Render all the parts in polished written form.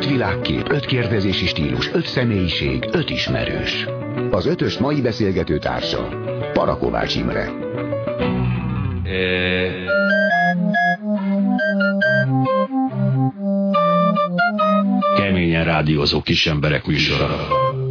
5 világkép, 5 kérdezési stílus, 5 személyiség, 5 ismerős. Az Ötös mai beszélgető társa Parakovács Imre. Keményen rádiózó kisemberek műsora.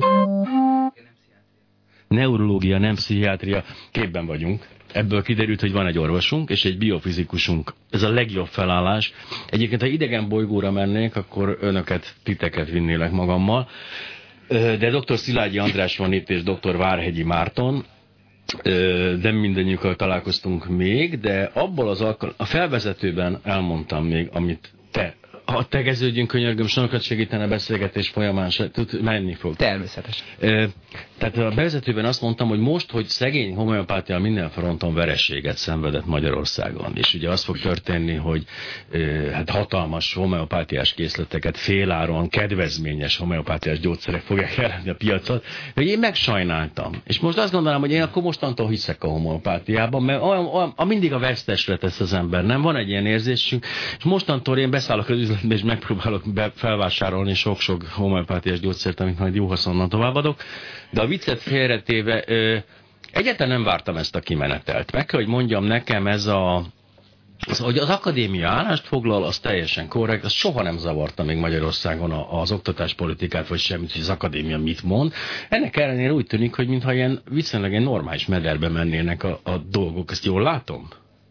Neurológia, nem pszichiátria, képben vagyunk. Ebből kiderült, hogy van egy orvosunk és egy biofizikusunk. Ez a legjobb felállás. Egyébként, ha idegen bolygóra mennék, akkor titeket vinnélek magammal. De dr. Szilágyi András van itt, és dr. Várhegyi Márton. Nem mindannyiukkal találkoztunk még, de abból a felvezetőben elmondtam még, amit ha tegeződjünk, könyörgöm, sokat segítene a beszélgetés folyamán, menni fog. Természetesen. Tehát a bevezetőben azt mondtam, hogy most, hogy szegény homeopátia minden fronton vereséget szenvedett Magyarországon, és ugye az fog történni, hogy hát hatalmas homeopátiás készleteket féláron, kedvezményes homeopátiás gyógyszerek fogják jelenni a piacot, hogy én megsajnáltam. És most azt gondolom, hogy én akkor mostantól hiszek a homeopátiában, mert mindig a vesztesre tesz az ember, nem? Van egy ilyen érzésünk, és mostantól én beszállok az üzletbe, és megpróbálok felvásárolni sok-sok homeopátiás gyógyszert, amit majd jó haszonnal továbbadok. De a viccet félretéve, egyáltalán nem vártam ezt a kimenetelt. Meg kell, hogy mondjam, nekem hogy az akadémia állást foglal, az teljesen korrekt, az soha nem zavarta még Magyarországon az oktatáspolitikát, vagy semmit, hogy az akadémia mit mond. Ennek ellenére úgy tűnik, hogy mintha ilyen viszonylag egy normális mederbe mennének a dolgok. Ezt jól látom?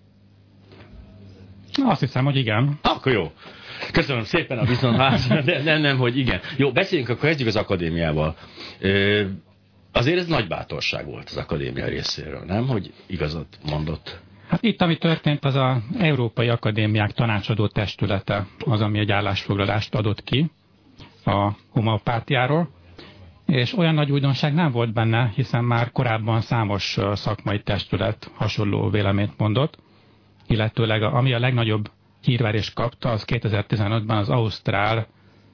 Azt hiszem, hogy igen. Akkor jó. Köszönöm szépen a viszontlátásra, de nem, hogy igen. Jó, beszéljünk, akkor kezdjük az akadémiával. Azért ez nagy bátorság volt az akadémia részéről, nem? Hogy igazat mondott. Hát itt, ami történt, az az Európai Akadémiák Tanácsadó Testülete az, ami egy állásfoglalást adott ki a homeopátiáról, és olyan nagy újdonság nem volt benne, hiszen már korábban számos szakmai testület hasonló véleményt mondott, illetőleg ami a legnagyobb hírverést kapta, az 2015-ben az Ausztrál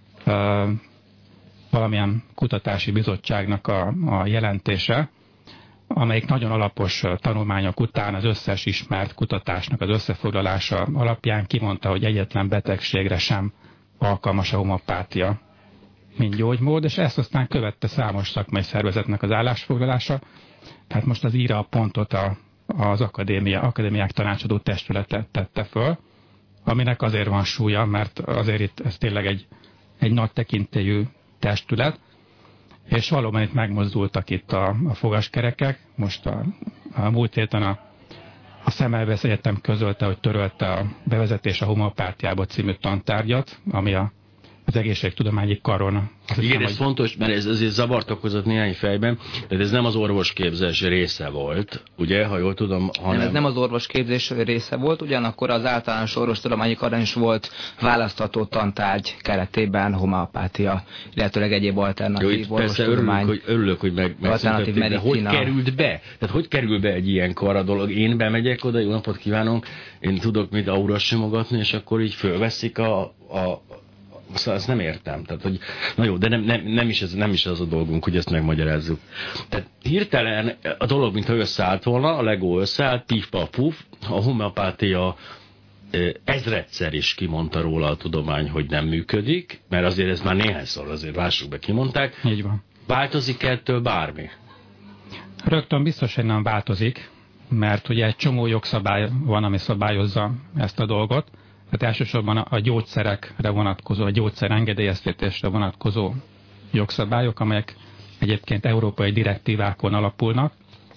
valamilyen kutatási bizottságnak a jelentése, amelyik nagyon alapos tanulmányok után az összes ismert kutatásnak az összefoglalása alapján kimondta, hogy egyetlen betegségre sem alkalmas a homeopátia, mint gyógymód, és ezt aztán követte számos szakmai szervezetnek az állásfoglalása. Tehát most az íra a pontot az akadémiák tanácsadó testülete tette föl, aminek azért van súlya, mert azért itt ez tényleg egy nagy tekintélyű testület, és valóban itt megmozdultak itt a fogaskerekek. Most a múlt héten a Szemelweis Egyetem közölte, hogy törölte a bevezetés a homeopátiába című tantárgyat, ami az egészségtudományi karon. Igen, ez fontos, mert ez azért zavart okozott néhány fejben, de ez nem az orvosképzés része volt, ugye, ha jól tudom, hanem... Nem, ez nem az orvosképzés része volt, ugyanakkor az általános orvostudományi karon is volt választható tantárgy keretében homeopátia, illetőleg egyéb alternatív orvostudomány. Örülök, hogy megszüntették, de hogy került be? Tehát hogy kerül be egy ilyen kar a dolog? Én bemegyek oda, jó napot kívánok, én tudok mit aura simogatni, és akkor így fölveszik Szóval ezt nem értem. Tehát, hogy, na jó, de nem is az a dolgunk, hogy ezt megmagyarázzuk. Tehát hirtelen a dolog, mintha összeállt volna, a Lego összeállt, pif-paf-puf, a homeopátia ezredszer is kimondta róla a tudomány, hogy nem működik, mert azért ez már néhányszor azért lássuk be, kimondták. Így van. Változik ettől bármi? Rögtön biztos, hogy nem változik, mert ugye egy csomó jogszabály van, ami szabályozza ezt a dolgot. Tehát elsősorban a gyógyszerekre vonatkozó, a gyógyszerengedélyeztetésre vonatkozó jogszabályok, amelyek egyébként európai direktívákon alapulnak.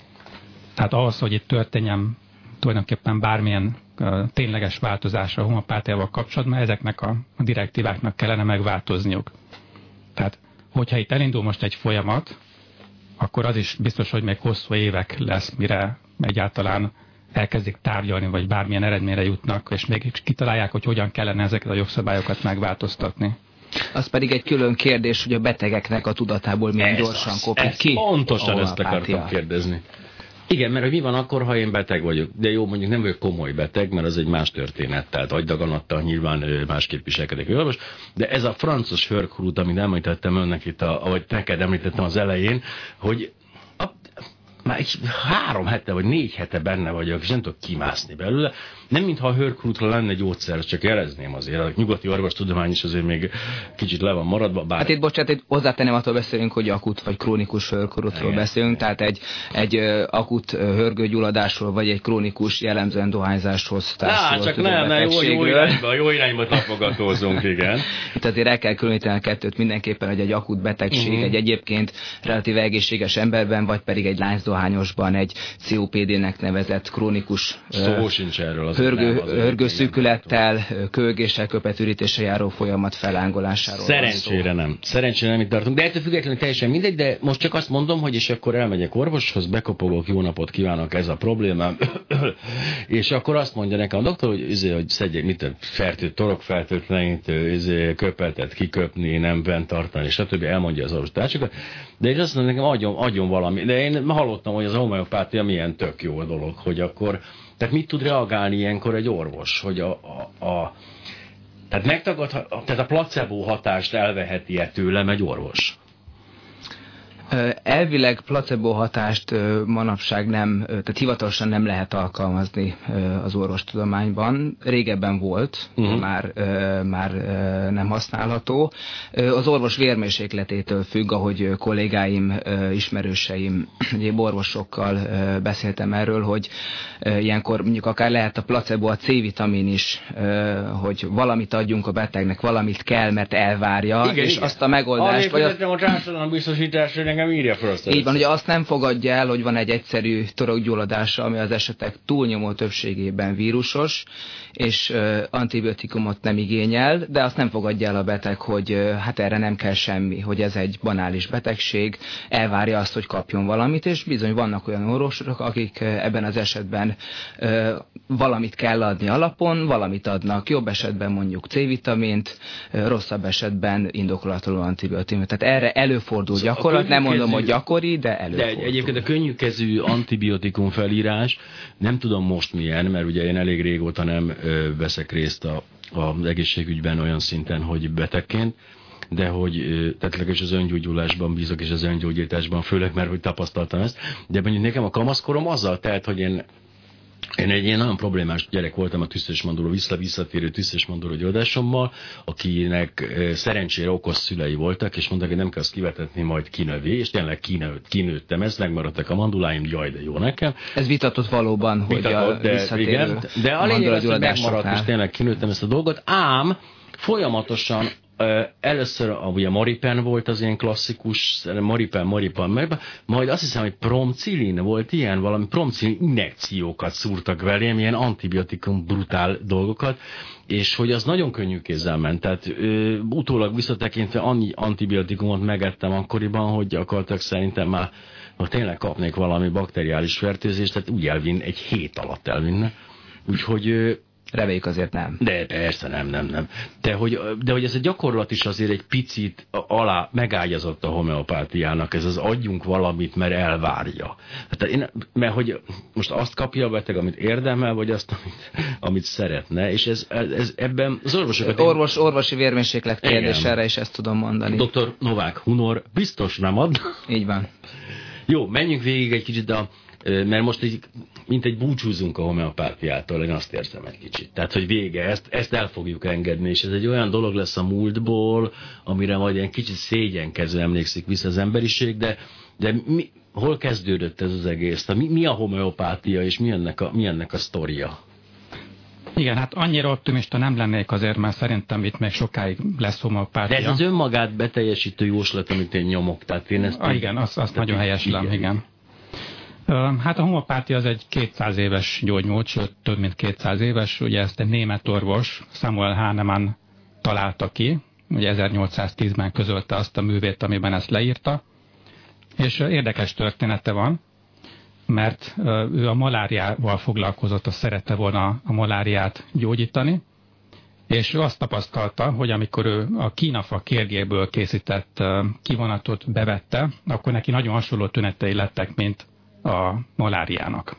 Tehát ahhoz, hogy itt történjen tulajdonképpen bármilyen tényleges változás a homeopátiával kapcsolatban, ezeknek a direktíváknak kellene megváltozniuk. Tehát, hogyha itt elindul most egy folyamat, akkor az is biztos, hogy még hosszú évek lesz, mire egyáltalán elkezdik tárgyalni, vagy bármilyen eredményre jutnak, és még kitalálják, hogy hogyan kellene ezeket a jogszabályokat megváltoztatni. Az pedig egy külön kérdés, hogy a betegeknek a tudatából milyen gyorsan kopik ki. Pontosan ezt akartam kérdezni. Igen, mert hogy mi van akkor, ha én beteg vagyok? De jó, mondjuk nem vagyok komoly beteg, mert az egy más történet, tehát agydaganattal nyilván másképp viselkedik. De ez a francos hörkrút, amit említettem önnek itt, vagy neked említettem az elején, hogy már 3 hete vagy 4 hete benne vagyok, és nem tudok kimászni belőle. Nem mintha a hőrkútra lenne gyógyszer, csak jelezném azért. A nyugati orvostudomány is azért még kicsit le van maradva. Bár... Hát itt, bocsánat, itt hozzátenném, attól beszélünk, hogy akut vagy krónikus hőrkútról beszélünk, tehát egy akut hörgőgyulladásról, vagy egy krónikus jellemzően dohányzáshoz társuló csak jó irányba tapogatózunk, igen. Itt azért el kell különíteni a kettőt mindenképpen, hogy egy akut betegség, egy egyébként relatív egészséges emberben, vagy pedig egy láncdohányosban egy COPD-nek nevezett krónikus szó sincs erről, hörgőszűkülettel, kölgéssel, köpetürítéssel járó folyamat felángolásáról. Szerencsére nem. Szerencsére nem itt tartunk. De ettől függetlenül teljesen mindegy, de most csak azt mondom, hogy és akkor elmegyek orvoshoz, bekopogok, jó napot kívánok, ez a problémám. És akkor azt mondja nekem a doktor, hogy szedjek torokfertőtlenítő, köpetet kiköpni, nem bent tartani, stb. Elmondja az orvostársakat. De én azt mondom, nekem adjon valami. De én hallottam, hogy az homeopátia milyen tök jó dolog, hogy akkor tehát mit tud reagálni ilyenkor egy orvos, hogy tehát a placebo hatást elveheti-e tőlem egy orvos? Elvileg placebo hatást manapság nem, tehát hivatalosan nem lehet alkalmazni az orvostudományban. Régebben volt, már nem használható. Az orvos vérmérsékletétől függ, ahogy kollégáim, ismerőseim, egyéb orvosokkal beszéltem erről, hogy ilyenkor mondjuk akár lehet a placebo, a C-vitamin is, hogy valamit adjunk a betegnek, valamit kell, mert elvárja, igen, és igen. Azt a megoldást... A társadalombiztosításra nekem írja fel azt. Így van, ugye azt nem fogadja el, hogy van egy egyszerű torokgyulladása, ami az esetek túlnyomó többségében vírusos, és antibiotikumot nem igényel, de azt nem fogadja el a beteg, hogy hát erre nem kell semmi, hogy ez egy banális betegség, elvárja azt, hogy kapjon valamit, és bizony vannak olyan orvosok, akik ebben az esetben valamit kell adni alapon, valamit adnak, jobb esetben mondjuk C-vitamint, rosszabb esetben indokolatlanul antibiotikumot. Tehát erre előfordul gyakorlat, nem mondom, hogy gyakori, de előfordul. De egyébként a könnyűkezű antibiotikum felírás, nem tudom most milyen, mert ugye én elég régóta nem veszek részt az egészségügyben olyan szinten, hogy betegként, de hogy tehát legalábbis az öngyógyulásban bízok, és az öngyógyításban főleg, mert hogy tapasztaltam ezt, de mondjuk nekem a kamaszkorom azzal telt, hogy én egy ilyen nagyon problémás gyerek voltam a tüsszösmanduló, visszatérő tüsszösmanduló gyógyulásommal, akinek szerencsére okos szülei voltak, és mondták, hogy nem kell azt kivetetni, majd kinövi, és tényleg kinőttem ezt, megmaradtak a manduláim, jaj, de jó nekem. Ez vitatott valóban, hogy a visszatérő de a lényeg az, hogy megmaradt, és tényleg kinőttem ezt a dolgot, ám folyamatosan először ugye Maripen volt az ilyen klasszikus, Maripen, majd azt hiszem, hogy Promcilin volt ilyen, valami Promcilin injekciókat szúrtak velém, ilyen antibiotikum brutál dolgokat, és hogy az nagyon könnyű kézzel ment. Tehát utólag visszatekintve annyi antibiotikumot megettem akkoriban, hogy gyakorlatilag szerintem már tényleg kapnék valami bakteriális fertőzést, tehát úgy egy 7 alatt elvinne. Úgyhogy reméljük azért nem. De persze nem. De hogy ez a gyakorlat is azért egy picit alá megágyazott a homeopátiának, ez az adjunk valamit, mert elvárja. Mert hogy most azt kapja a beteg, amit érdemel, vagy azt, amit szeretne, és ez ebben az orvosokat... Orvosi vérmérséklet kérdés, erre is ezt tudom mondani. Dr. Novák Hunor biztos nem ad. Így van. Jó, menjünk végig egy kicsit mert most mint egy búcsúzunk a homeopátiától, én azt érzem egy kicsit. Tehát, hogy vége, ezt el fogjuk engedni, és ez egy olyan dolog lesz a múltból, amire majd ilyen kicsit szégyenkező emlékszik vissza az emberiség, de hol kezdődött ez az egész? Mi a homeopátia, és mi ennek a sztoria? Igen, hát annyira optimista nem lennék azért, mert szerintem itt még sokáig lesz homeopátia. De ez az önmagát beteljesítő jóslat, amit én nyomok. Tehát én ezt igen, azt nagyon helyeslem, igen. Hát a homeopátia az egy 200 éves gyógymód, sőt több mint 200 éves. Ugye ezt egy német orvos, Samuel Hahnemann találta ki, ugye 1810-ben közölte azt a művét, amiben ezt leírta. És érdekes története van, mert ő a maláriával foglalkozott, azt szerette volna a maláriát gyógyítani, és ő azt tapasztalta, hogy amikor ő a kínafa kérgéből készített kivonatot bevette, akkor neki nagyon hasonló tünetei lettek, mint a maláriának.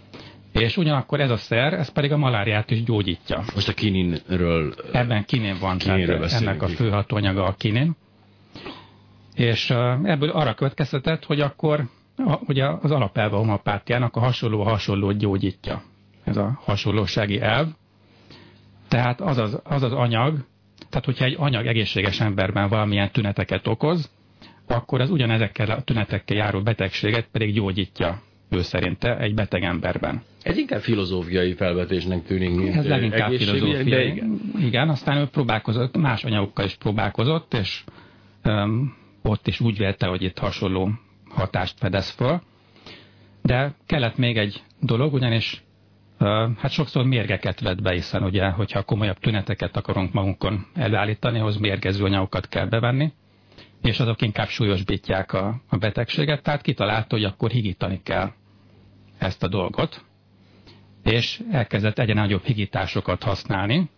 És ugyanakkor ez a szer, ez pedig a maláriát is gyógyítja. Most a kininről... Ebben kinin van, tehát ennek a fő hatóanyaga a kinin. És ebből arra következtetett, hogy akkor ugye az alapelve a homeopátiának a hasonlót gyógyítja. Ez a hasonlósági elv. Tehát az az anyag, tehát hogyha egy anyag egészséges emberben valamilyen tüneteket okoz, akkor az ugyanezekkel a tünetekkel járó betegséget pedig gyógyítja ő szerinte egy beteg emberben. Ez inkább filozófiai felvetésnek tűnik, mint ez leginkább filozófiai. Igen, aztán ő próbálkozott, más anyagokkal is próbálkozott, és ott is úgy vélte, hogy itt hasonló hatást fedez föl. De kellett még egy dolog, ugyanis hát sokszor mérgeket vett be, hiszen ugye, hogyha komolyabb tüneteket akarunk magunkon előállítani, ahhoz mérgező anyagokat kell bevenni, és azok inkább súlyosbítják a betegséget, tehát kitalálta, hogy akkor higítani kell ezt a dolgot, és elkezdett egyre nagyobb higításokat használni.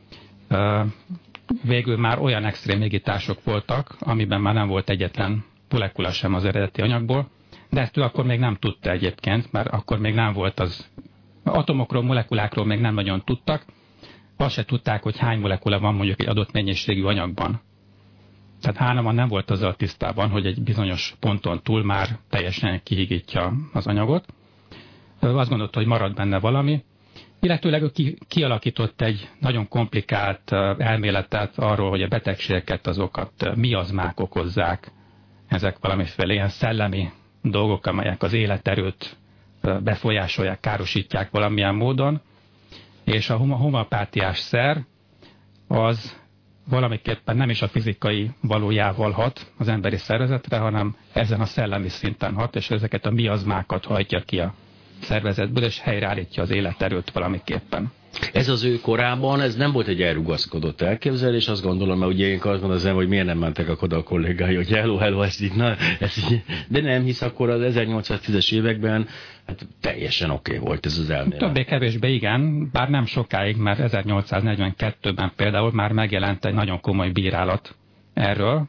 Végül már olyan extrém higítások voltak, amiben már nem volt egyetlen molekula sem az eredeti anyagból, de ezt ő akkor még nem tudta egyébként, mert akkor még nem volt az atomokról, molekulákról még nem nagyon tudtak, azt se tudták, hogy hány molekula van mondjuk egy adott mennyiségű anyagban. Tehát Hahnemann nem volt azzal tisztában, hogy egy bizonyos ponton túl már teljesen kihigítja az anyagot. Azt gondolta, hogy marad benne valami, illetőleg ő kialakított egy nagyon komplikált elméletet arról, hogy a betegségeket azokat miazmák okozzák. Ezek valamiféle ilyen szellemi dolgok, amelyek az életerőt befolyásolják, károsítják valamilyen módon, és a homeopátiás szer az valamiképpen nem is a fizikai valójával hat az emberi szervezetre, hanem ezen a szellemi szinten hat, és ezeket a miazmákat hajtja ki a szervezetből, és helyreállítja az életerőt valamiképpen. Ez az ő korában, ez nem volt egy elrugaszkodott elképzelés, azt gondolom, mert ugye én azt mondom, hogy miért nem mentek oda a kollégái, hogy hello, ez így, de nem, hisz akkor az 1810-es években hát teljesen oké volt ez az elmélet. Többé-kevésbé igen, bár nem sokáig, mert 1842-ben például már megjelent egy nagyon komoly bírálat erről,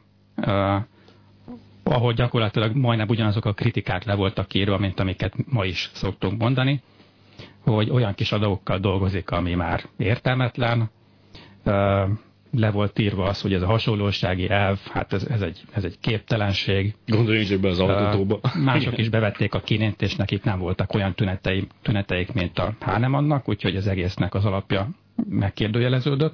ahol gyakorlatilag majdnem ugyanazok a kritikák le voltak írva, mint amiket ma is szoktunk mondani, hogy olyan kis adagokkal dolgozik, ami már értelmetlen. Le volt írva az, hogy ez a hasonlósági elv, hát ez egy képtelenség. Gondoljunk csak be az autóba. Mások is bevették a kínént, és nekik nem voltak olyan tüneteik, mint a Hahnemannnak, úgyhogy az egésznek az alapja megkérdőjeleződött.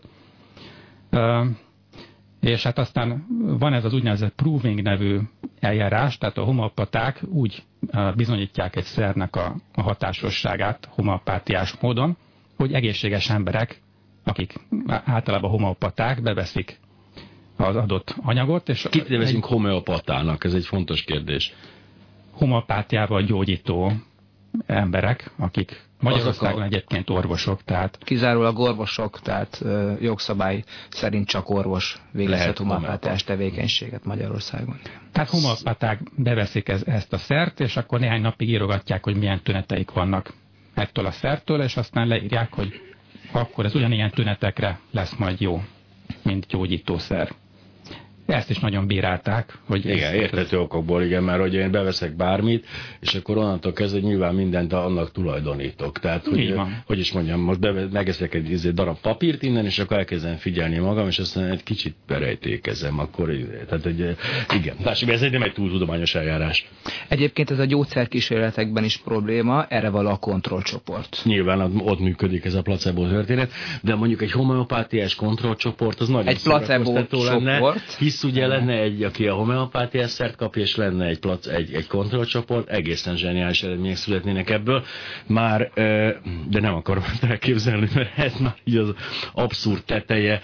És hát aztán van ez az úgynevezett proving nevű eljárás, tehát a homeopaták úgy bizonyítják egy szernek a hatásosságát homeopátiás módon, hogy egészséges emberek, akik általában homeopaták, beveszik az adott anyagot. És kit nevezünk homeopatának? Ez egy fontos kérdés. Homeopátiával gyógyító emberek, akik Magyarországon egyébként orvosok, tehát... Kizárólag orvosok, tehát jogszabály szerint csak orvos végezhet homeopátiás tevékenységet Magyarországon. Tehát homeopaták beveszik ezt a szert, és akkor néhány napig írogatják, hogy milyen tüneteik vannak ettől a szertől, és aztán leírják, hogy akkor ez ugyanilyen tünetekre lesz majd jó, mint gyógyítószer. Ezt is nagyon bírálták. Hogy igen, érthető okokból, igen, mert hogy én beveszek bármit, és akkor onnantól kezdve nyilván mindent annak tulajdonítok. Tehát, hogy is mondjam, most megeszek egy darab papírt innen, és akkor elkezdem figyelni magam, és aztán egy kicsit berejtékezem. Akkor, tehát, igen, ez nem egy túl tudományos eljárás. Egyébként ez a gyógyszerkísérletekben is probléma, erre való a kontrollcsoport. Nyilván ott működik ez a placebo történet, de mondjuk egy homeopátiás kontrollcsoport, az nagyon egy placebo csoport. Hisz ugye lenne egy, aki a homeopátiás szert kapja, és lenne egy kontrollcsoport, egészen zseniális eredmények születnének ebből. Már, de nem akarom elképzelni, mert ez már így az abszurd teteje.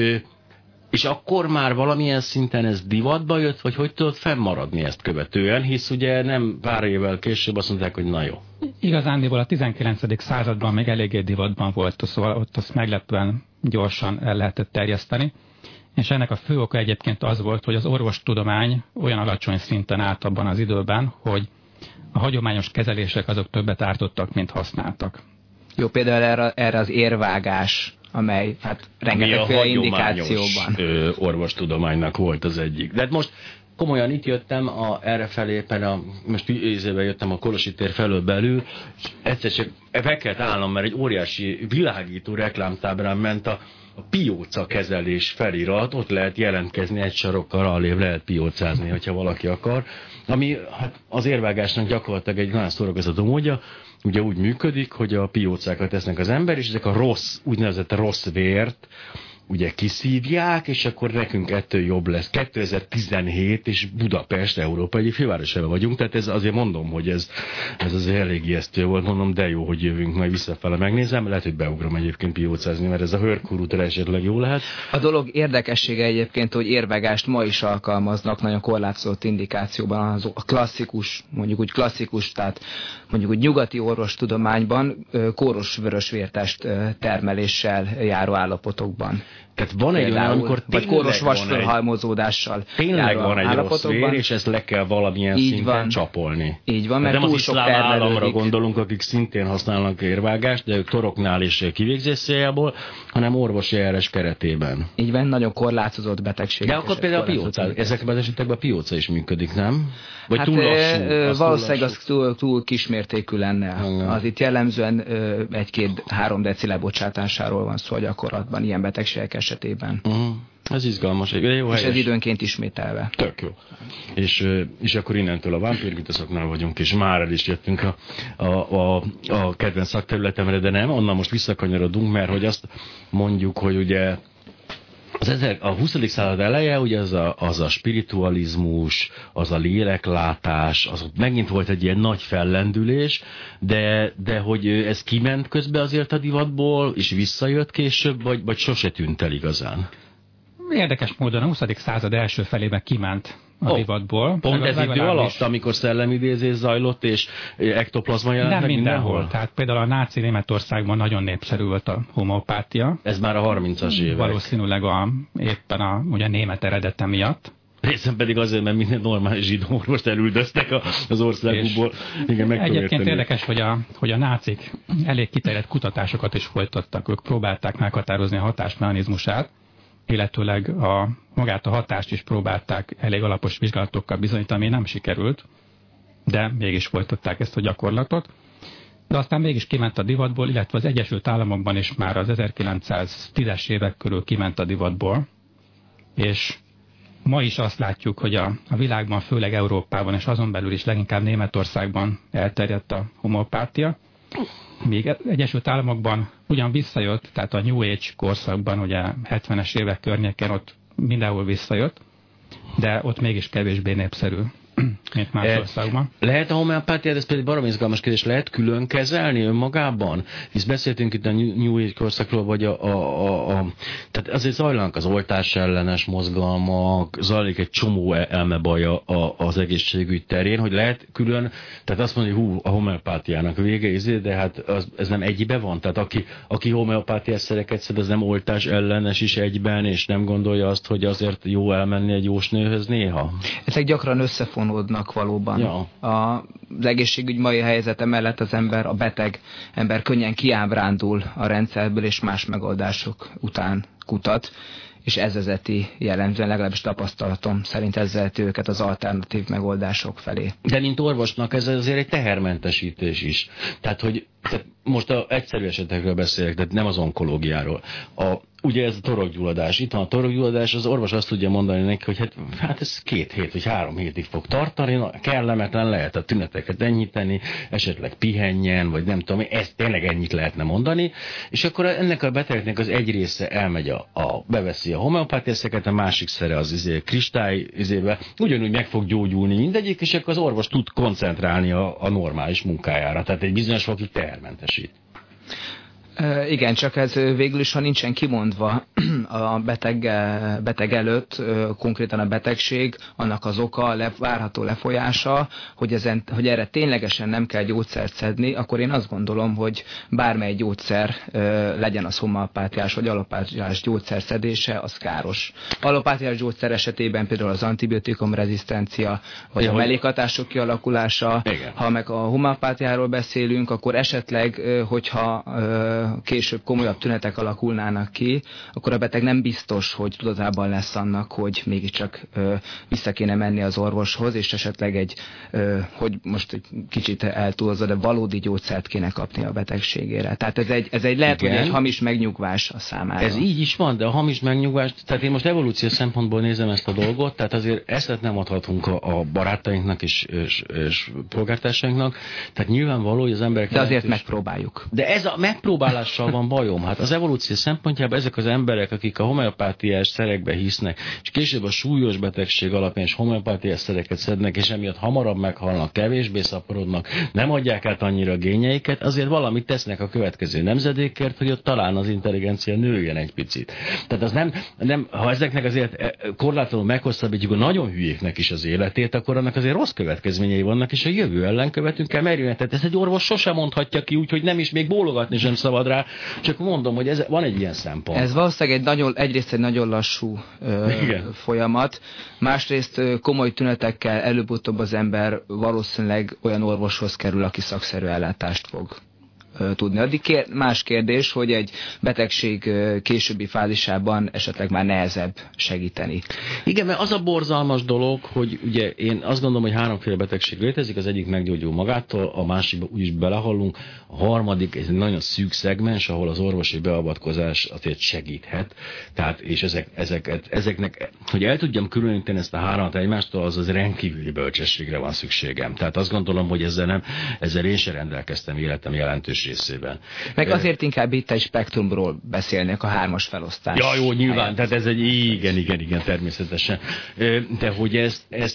És akkor már valamilyen szinten ez divatba jött, vagy hogy tudod fennmaradni ezt követően, hisz ugye nem pár évvel később azt mondták, hogy na jó. Igazándiból a 19. században még eléggé divatban volt, szóval ott azt meglepően gyorsan el lehetett terjeszteni. És ennek a fő oka egyébként az volt, hogy az orvostudomány olyan alacsony szinten állt abban az időben, hogy a hagyományos kezelések azok többet ártottak, mint használtak. Jó, például erre az érvágás, amely hát rengetegféle indikációban. Orvostudománynak volt az egyik. De most komolyan itt jöttem errefelé, most ízébe jöttem a Kolossy tér felől belül, és egyszer csak fel kellett állnom, mert egy óriási világító reklámtábrán ment a pióca kezelés felirat, ott lehet jelentkezni egy sarokkal, alébb lehet piócázni, hogyha valaki akar, ami hát az érvágásnak gyakorlatilag egy nagyon szórakoztató módja, ugye úgy működik, hogy a piócákat tesznek az ember, és ezek a úgynevezett rossz vért, ugye kiszívják, és akkor nekünk ettől jobb lesz. 2017 és Budapest Európa egyik fővárosában vagyunk, tehát ez azért mondom, hogy ez azért elég ijesztő volt, mondom, de jó, hogy jövünk majd visszafele, megnézem, lehet, hogy beugrom egyébként piócázni, mert ez a Hörkur útra esetleg jó lehet. A dolog érdekessége egyébként, hogy érvegást ma is alkalmaznak nagyon korlátozott indikációban, a klasszikus, mondjuk úgy klasszikus, tehát mondjuk úgy nyugati orvostudományban kóros vörösvértest termeléssel járó állapotokban. Tehát van egy olyan, amikor vagy kóros vasfölhalmozódással tényleg van egy rossz vér, és ezt le kell valamilyen szinten csapolni. Így van, mert nem túl az sok iszlám államra termelődik. gondolunk, akik szintén használnak érvágást, de ők toroknál is kivégzés céljából, hanem orvosi eljárás keretében. Így van, nagyon korlátozott betegség. De akkor például a pióca, ezekben az esetekben a pióca is működik, nem? Vagy hát, túl lassú? Valószínűleg az túl kismértékű lenne. Az itt jellemzően 1-2-3 deci lebocsátásáról van szó a gyakorlatban, ilyen betegségek esetében. Ez izgalmas. Jó, és ez időnként ismételve. Tök jó. És akkor innentől a vámpírvitaszoknál vagyunk, és már el is jöttünk a kedvenc szakterületemre, de nem, onnan most visszakanyarodunk, mert hogy azt mondjuk, hogy ugye a 20. század eleje, ugye az a spiritualizmus, az a léleklátás, az ott megint volt egy ilyen nagy fellendülés, de hogy ez kiment közben azért a divatból, és visszajött később, vagy sose tűnt el igazán? Érdekes módon a 20. század első felében kiment a divatból. Pont ez idő alatt, amikor szellemidézés zajlott, és ektoplazma jelent meg mindenhol? Tehát például a náci Németországban nagyon népszerű volt a homeopátia. Ez már a 30-as évek. Valószínűleg éppen ugye német eredete miatt. Részem pedig azért, mert minden normális zsidó orvost elüldöztek az országukból. Igen, egyébként érdekes, hogy a nácik elég kiterjedt kutatásokat is folytattak. Ők próbálták meghatározni a hatásmechanizmusát, illetőleg magát a hatást is próbálták elég alapos vizsgálatokkal bizonyítani, ami nem sikerült, de mégis folytatták ezt a gyakorlatot. De aztán mégis kiment a divatból, illetve az Egyesült Államokban is már az 1910-es évek körül kiment a divatból, és ma is azt látjuk, hogy a világban, főleg Európában, és azon belül is leginkább Németországban elterjedt a homeopátia. Még Egyesült Államokban ugyan visszajött, tehát a New Age korszakban, ugye 70-es évek környéken ott mindenhol visszajött, de ott mégis kevésbé népszerű, mint más országban. Lehet a homeopátiát, ez pedig baromi izgalmas kérdés, lehet külön kezelni önmagában? Hisz beszéltünk itt a New Age korszakról, vagy tehát azért zajlanak az oltás ellenes mozgalmak, zajlik egy csomó elmebaja az egészségügy terén, hogy lehet külön, tehát azt mondja, hogy a homeopátiának vége, de hát ez nem egybe van? Tehát aki homeopátiás szereket szed, az nem oltás ellenes is egyben, és nem gondolja azt, hogy azért jó elmenni egy jósnőhöz néha? Ezek gyakran összefonódnak valóban. Ja. Az egészségügy mai helyzete mellett a beteg ember könnyen kiábrándul a rendszerből, és más megoldások után kutat, és ez vezeti jellemzően, legalábbis tapasztalatom szerint ez vezeti őket az alternatív megoldások felé. De mint orvosnak ez azért egy tehermentesítés is. Tehát, hogy most egyszerű esetekről beszélek, tehát nem az onkológiáról. Ugye ez a torokgyulladás. Itt van a torokgyulladás, az orvos azt tudja mondani neki, hogy hát ez 2 hét vagy 3 hétig fog tartani, kellemetlen, lehet a tüneteket enyhíteni, esetleg pihenjen, vagy nem tudom, ez tényleg ennyit lehetne mondani, és akkor ennek a betegnek az egy része elmegy beveszi a homeopátiaszeket, a másik szere az kristály ugyanúgy meg fog gyógyulni mindegyik, és akkor az orvos tud koncentrálni a normális munkájára, tehát egy bizonyos fokig tehermentesít. Igen, csak ez végül is, ha nincsen kimondva a beteg előtt, konkrétan a betegség, annak az oka, várható lefolyása, hogy erre ténylegesen nem kell gyógyszert szedni, akkor én azt gondolom, hogy bármely gyógyszer, legyen az homeopátiás vagy allopátiás gyógyszer szedése, az káros. Allopátiás gyógyszer esetében például az antibiotikum rezisztencia, vagy a mellékhatások kialakulása. Igen. Ha meg a homeopátiáról beszélünk, akkor esetleg, hogyha később komolyabb tünetek alakulnának ki, akkor a beteg nem biztos, hogy tudatában lesz annak, hogy mégiscsak vissza kéne menni az orvoshoz, és esetleg hogy most egy kicsit eltúlozza, de valódi gyógyszert kéne kapni a betegségére. Tehát ez egy lehet, hogy egy hamis megnyugvás a számára. Ez így is van, de a hamis megnyugvás, tehát én most evolúció szempontból nézem ezt a dolgot, tehát azért ezt nem adhatunk a barátainknak és polgártársainknak, tehát nyilvánvaló, hogy az emberek... De azért megpróbáljuk. De ez a megpróbálással van bajom. Hát az evolúció szempontjában ezek az emberek, akik a homeopátiás szerekbe hisznek, és később a súlyos betegség alapján is homeopátiás szereket szednek, és emiatt hamarabb meghalnak, kevésbé szaporodnak, nem adják át annyira a génjeiket, azért valamit tesznek a következő nemzedékért, hogy ott talán az intelligencia nőjön egy picit. Tehát az nem ha ezeknek azért korlátlanul meghosszabbítjuk a nagyon hülyéknek is az életét, akkor annak azért rossz következményei vannak, és a jövő ellenkövetünk kell merülni. Tehát ezt egy orvos sosem mondhatja ki, úgyhogy nem is még bólogatni sem szabad rá, csak mondom, hogy van egy ilyen szempont. Ez valószínűleg egyrészt egy nagyon lassú folyamat, másrészt komoly tünetekkel előbb-utóbb az ember valószínűleg olyan orvoshoz kerül, aki szakszerű ellátást fog tudni. Addig más kérdés, hogy egy betegség későbbi fázisában esetleg már nehezebb segíteni. Igen, mert az a borzalmas dolog, hogy ugye én azt gondolom, hogy háromféle betegség létezik, az egyik meggyógyul magától, a másikba úgyis belehallunk, a harmadik egy nagyon szűk szegmens, ahol az orvosi beavatkozás azért segíthet. Tehát, és ezeknek, hogy el tudjam különíteni ezt a háromat egymástól, az rendkívüli bölcsességre van szükségem. Tehát azt gondolom, hogy ezzel én sem rendelkeztem életem jelentős részében. Meg azért inkább itt egy spektrumról beszélnék, a 3-as felosztás. Ja, jó, nyilván, tehát ez egy igen, természetesen. De hogy ezt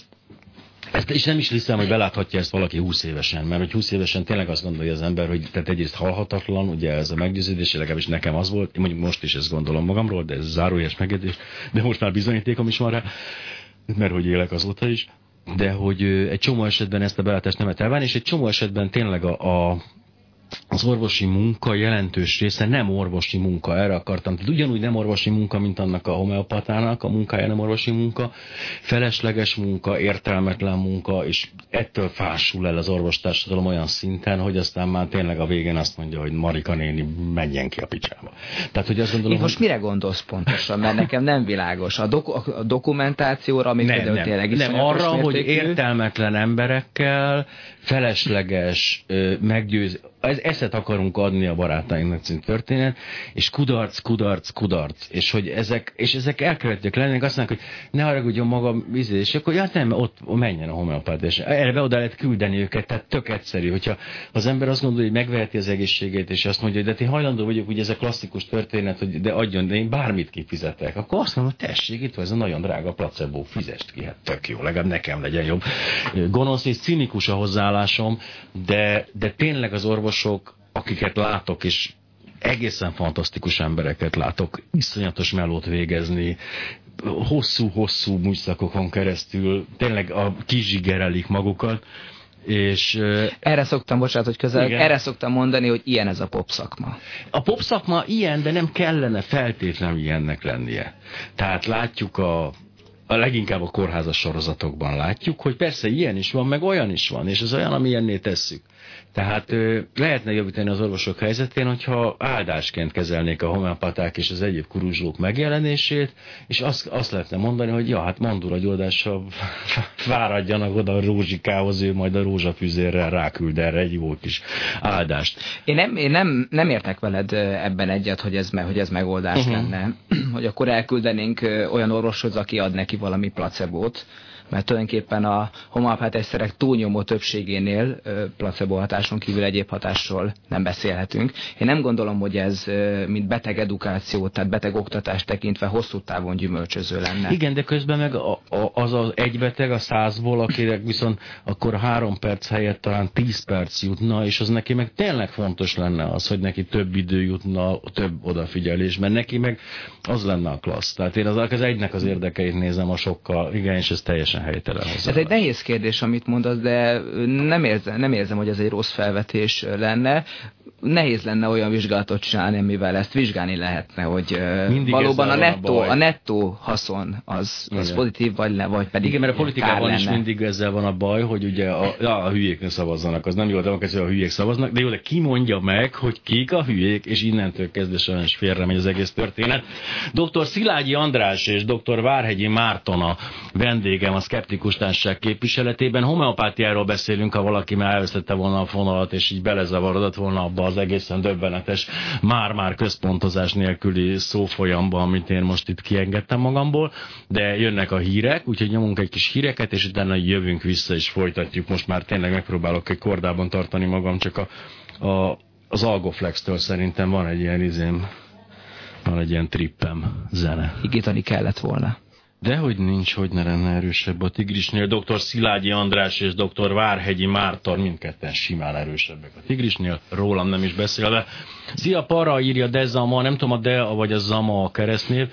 és nem is hiszem, hogy beláthatja ezt valaki 20 évesen, mert hogy 20 évesen tényleg azt gondolja az ember, hogy tehát egyrészt halhatatlan, ugye ez a meggyőződés, legalábbis nekem az volt, én mondjuk most is ezt gondolom magamról, de ez zárójeles megjegyzés, de most már bizonyítékom is van rá, mert hogy élek azóta is, de hogy egy csomó esetben ezt a belátást nem lehet elvárni, és egy csomó esetben tényleg az orvosi munka jelentős része nem orvosi munka, erre akartam. Tehát ugyanúgy nem orvosi munka, mint annak a homeopatának, a munkája nem orvosi munka, felesleges munka, értelmetlen munka, és ettől fásul el az orvostársadalom olyan szinten, hogy aztán már tényleg a végén azt mondja, hogy Marika néni, menjen ki a picsába. Tehát, hogy azt gondolom, most mire gondolsz pontosan? Mert nekem nem világos. A dokumentációra, amit például tényleg is nem arra, hogy értelmetlen emberekkel felesleges ezt akarunk adni a barátainknak című történet, és kudarc, és hogy ezek elkövetők lennének, azt mondják, hogy ne haragudjon maga és akkor hát nem, ott menjen a homeopátia. Erre oda lehet küldeni őket, tehát tök egyszerű, hogyha az ember azt gondolja, hogy megveheti az egészségét, és azt mondja, hogy de én hajlandó vagyok, ugye ez a klasszikus történet, hogy de adjon, de én bármit kifizetek, akkor azt mondom, hogy tessék, itt van ez a nagyon drága placebo, fizest ki, hát tök jó, legalább nekem legyen jobb. Gonosz és cinikus a hozzáállásom, de tényleg az orvosok, akiket látok, és egészen fantasztikus embereket látok, iszonyatos melót végezni, hosszú műszakokon keresztül, tényleg kizsigerelik magukat, és... Erre szoktam, bocsánat, hogy erre szoktam mondani, hogy ilyen ez a popszakma. A popszakma ilyen, de nem kellene feltétlenül ilyennek lennie. Tehát látjuk a leginkább a kórházas sorozatokban látjuk, hogy persze ilyen is van, meg olyan is van, és ez olyan, amilyenné tesszük. Tehát lehetne javítani az orvosok helyzetén, hogyha áldásként kezelnék a homeopaták és az egyéb kuruzslók megjelenését, és azt lehetne mondani, hogy ja, hát mandulagyódással váradjanak oda a Rózsikához, ő majd a rózsafüzérrel ráküld erre egy jó kis áldást. Én nem értek veled ebben egyet, hogy ez megoldás lenne, hogy akkor elküldenénk olyan orvoshoz, aki ad neki valami placebót, mert tulajdonképpen a homeopátiás szerek túlnyomó többségénél placebo hatáson kívül egyéb hatásról nem beszélhetünk. Én nem gondolom, hogy ez mint beteg edukáció, tehát beteg oktatás tekintve hosszú távon gyümölcsöző lenne. Igen, de közben meg az egy beteg a 100-ból, akinek viszont akkor 3 perc helyett talán 10 perc jutna, és az neki meg tényleg fontos lenne az, hogy neki több idő jutna, több odafigyelés, mert neki meg az lenne a klassz. Tehát én az egynek az érdekeit nézem a sokkal, igen, és ez teljesen helytelen hozzá. Ez egy nehéz kérdés, amit mondasz, de nem érzem, hogy ez egy rossz felvetés lenne. nehéz lenne olyan vizsgálatot csinálni, amivel ezt vizsgálni lehetne, hogy mindig valóban a nettó haszon az pozitív, vagy pedig igen, mert a politikában is mindig ezzel van a baj, hogy ugye a hülyék ne szavazzanak, az nem jó, a demokrácia, a hülyék szavaznak, de jó, de ki mondja meg, hogy kik a hülyék, és innentől kezdve sajnos félre megy az egész történet. Dr. Szilágyi András és dr. Várhegyi Márton a vendégem a Szkeptikus Társaság képviseletében. Homeopátiáról beszélünk, ha valaki már elvesztette volna a fonalat, és így belezavarodott volna abba az egészen döbbenetes, már központozás nélküli szófolyamba, amit én most itt kiengedtem magamból, de jönnek a hírek, úgyhogy nyomunk egy kis híreket, és utána jövünk vissza, és folytatjuk. Most már tényleg megpróbálok egy kordában tartani magam, csak az Algoflex-től szerintem van egy ilyen trippem zene. Higítani kellett volna. Dehogy nincs, hogy ne lenne erősebb a Tigrisnél. Dr. Szilágyi András és dr. Várhegyi Márton mindketten simán erősebbek a Tigrisnél, rólam nem is beszélve. Szia Para, írja Dezama, nem tudom a Dea vagy a Zama a keresztnév.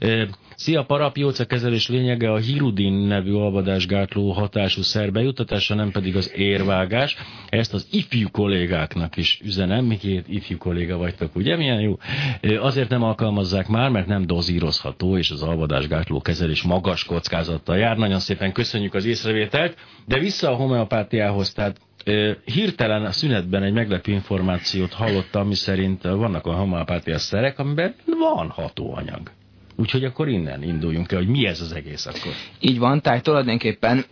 Szia Para, piócakezelés lényege a hirudin nevű alvadásgátló hatású szer bejutatása, nem pedig az érvágás. Ezt az ifjú kollégáknak is üzenem, mi két ifjú kolléga vagytok, ugye? Milyen jó? Azért nem alkalmazzák már, mert nem dozírozható, és az alvadásgátló kezelés magas kockázattal jár. Nagyon szépen köszönjük az észrevételt, de vissza a homeopátiához, tehát hirtelen a szünetben egy meglepő információt hallottam, ami szerint vannak a homeopátiás szerek, amiben van hatóanyag. Úgyhogy akkor innen induljunk el, hogy mi ez az egész akkor. Így van, tehát tulajdonképpen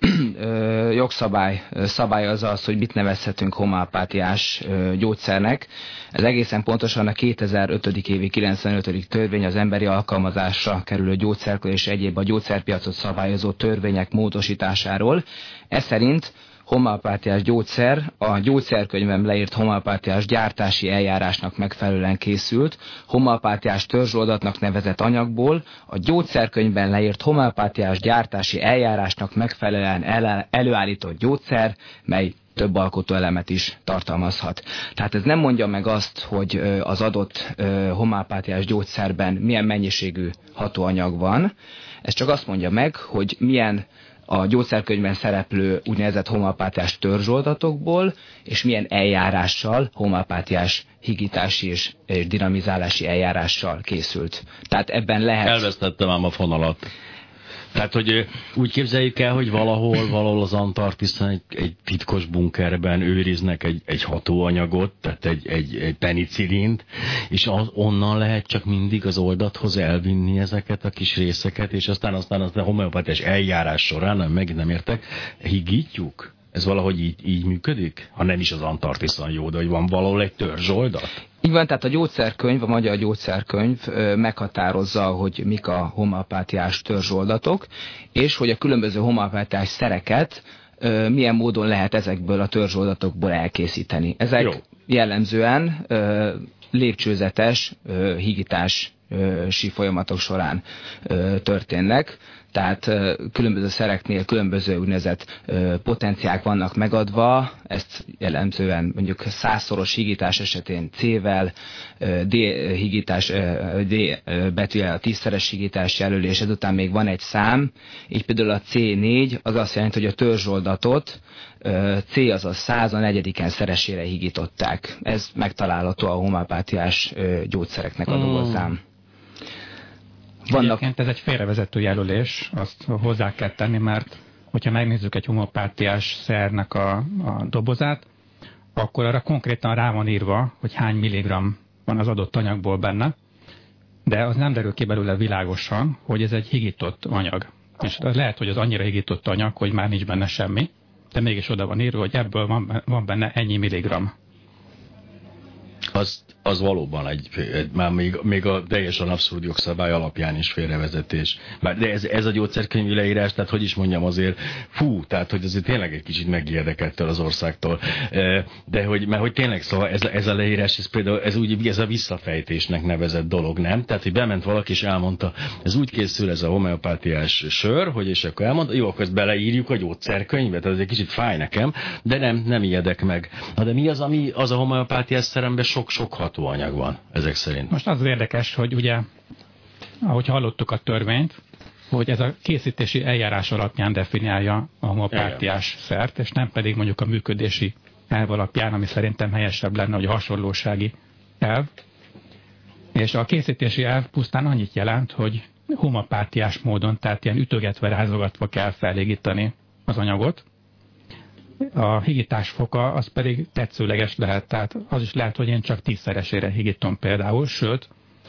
jogszabály szabályozza azt, hogy mit nevezhetünk homeopátiás gyógyszernek. Ez egészen pontosan a 2005. évi 95. törvény, az emberi alkalmazásra kerülő gyógyszerekről és egyéb a gyógyszerpiacot szabályozó törvények módosításáról. Ez szerint homeopátiás gyógyszer a gyógyszerkönyvben leírt homeopátiás gyártási eljárásnak megfelelően készült, homeopátiás törzsoldatnak nevezett anyagból, a gyógyszerkönyvben leírt homeopátiás gyártási eljárásnak megfelelően előállított gyógyszer, mely több alkotóelemet is tartalmazhat. Tehát ez nem mondja meg azt, hogy az adott homeopátiás gyógyszerben milyen mennyiségű hatóanyag van, ez csak azt mondja meg, hogy milyen a gyógyszerkönyvben szereplő úgynevezett homeopátiás törzsoldatokból, és milyen eljárással, homeopátiás higítási és dinamizálási eljárással készült. Tehát ebben lehet... Elvesztettem ám a fonalat. Tehát, hogy úgy képzeljük el, hogy valahol az Antarktiszon egy titkos bunkerben őriznek egy hatóanyagot, tehát egy penicillint, és onnan lehet csak mindig az oldathoz elvinni ezeket a kis részeket, és aztán a homeopátiás eljárás során, megint nem értek, higítjuk? Ez valahogy így működik? Ha nem is az Antarktiszon jó, de hogy van valahol egy törzsoldat? Így van, tehát a gyógyszerkönyv, a magyar gyógyszerkönyv meghatározza, hogy mik a homeopátiás törzsoldatok, és hogy a különböző homeopátiás szereket milyen módon lehet ezekből a törzsoldatokból elkészíteni. Ezek jó. Jellemzően lépcsőzetes higítási folyamatok során történnek. Tehát különböző szereknél különböző úgynevezett potenciák vannak megadva, ezt jellemzően mondjuk 100-szoros higítás esetén C-vel, D-higítás, D betűvel a 10-szeres higítás jelöli, és ezután még van egy szám, így például a C4 az azt jelenti, hogy a törzsoldatot C azaz 104-en szeresére higították. Ez megtalálható a homeopátiás gyógyszereknek a dolgozám. Egyébként ez egy félrevezető jelölés, azt hozzá kell tenni, mert hogyha megnézzük egy homeopátiás szernek a dobozát, akkor arra konkrétan rá van írva, hogy hány milligramm van az adott anyagból benne, de az nem derül ki belőle világosan, hogy ez egy higított anyag. És lehet, hogy az annyira higított anyag, hogy már nincs benne semmi, de mégis oda van írva, hogy ebből van benne ennyi milligramm. Az valóban már még a teljesen abszurd jogszabály alapján is félrevezetés. De ez a gyógyszerkönyvi leírás, tehát hogy is mondjam azért, tehát hogy azért tényleg egy kicsit megijedek ettől az országtól. De hogy tényleg szóval ez a leírás, ez a visszafejtésnek nevezett dolog, nem? Tehát, hogy bement valaki és elmondta, ez úgy készül ez a homeopátiás sör, hogy és akkor elmondta, jó, akkor ezt beleírjuk a gyógyszerkönyvbe, tehát ez egy kicsit fáj nekem, de nem ijedek meg. De mi az a homeopátiás szeremben sok hatóanyag van, ezek szerint. Most az érdekes, hogy ugye, ahogy hallottuk a törvényt, hogy ez a készítési eljárás alapján definiálja a homeopátiás szert, és nem pedig mondjuk a működési elv alapján, ami szerintem helyesebb lenne, hogy hasonlósági elv. És a készítési elv pusztán annyit jelent, hogy homopátiás módon, tehát ilyen ütögetve, rázogatva kell felégítani az anyagot. A higítás foka az pedig tetszőleges lehet, tehát az is lehet, hogy én csak 10-szeresére higítom például, sőt,